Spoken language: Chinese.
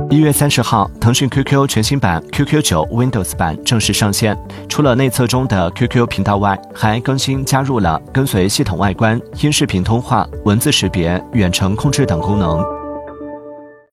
1月30号，腾讯 QQ 全新版 QQ9 Windows 版正式上线。除了内测中的 QQ 频道外，还更新加入了跟随系统外观、音视频通话、文字识别、远程控制等功能。